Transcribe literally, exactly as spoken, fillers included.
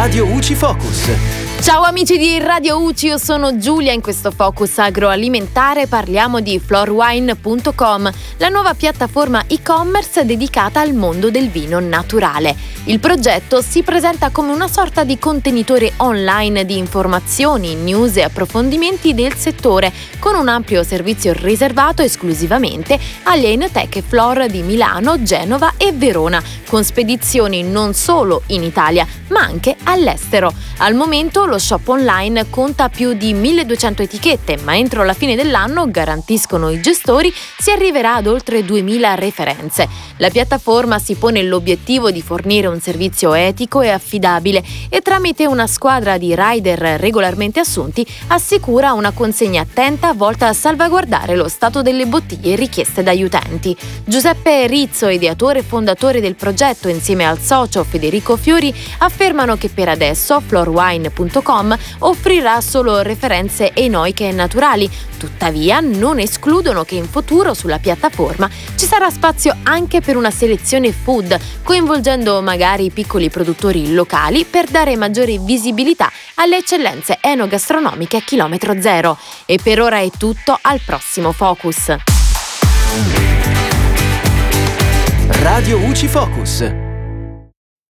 Radio U C I Focus. Ciao amici di Radio U C I, io sono Giulia. In questo Focus agroalimentare parliamo di florwine punto com, la nuova piattaforma e-commerce dedicata al mondo del vino naturale. Il progetto si presenta come una sorta di contenitore online di informazioni, news e approfondimenti del settore, con un ampio servizio riservato esclusivamente agli Enoteche Flor di Milano, Genova e Verona, con spedizioni non solo in Italia ma anche all'estero. Al momento lo shop online conta più di milleduecento etichette, ma entro la fine dell'anno, garantiscono i gestori, si arriverà ad oltre duemila referenze. La piattaforma si pone l'obiettivo di fornire un servizio etico e affidabile e tramite una squadra di rider regolarmente assunti assicura una consegna attenta volta a salvaguardare lo stato delle bottiglie richieste dagli utenti. Giuseppe Rizzo, ideatore e fondatore del progetto, insieme al socio Federico Fiori, affermano che per adesso florwine punto com offrirà solo referenze enoiche e naturali. Tuttavia non escludono che in futuro sulla piattaforma ci sarà spazio anche per una selezione food, coinvolgendo magari i piccoli produttori locali per dare maggiore visibilità alle eccellenze enogastronomiche a chilometro zero. E per ora è tutto, al prossimo Focus. Radio U C I Focus.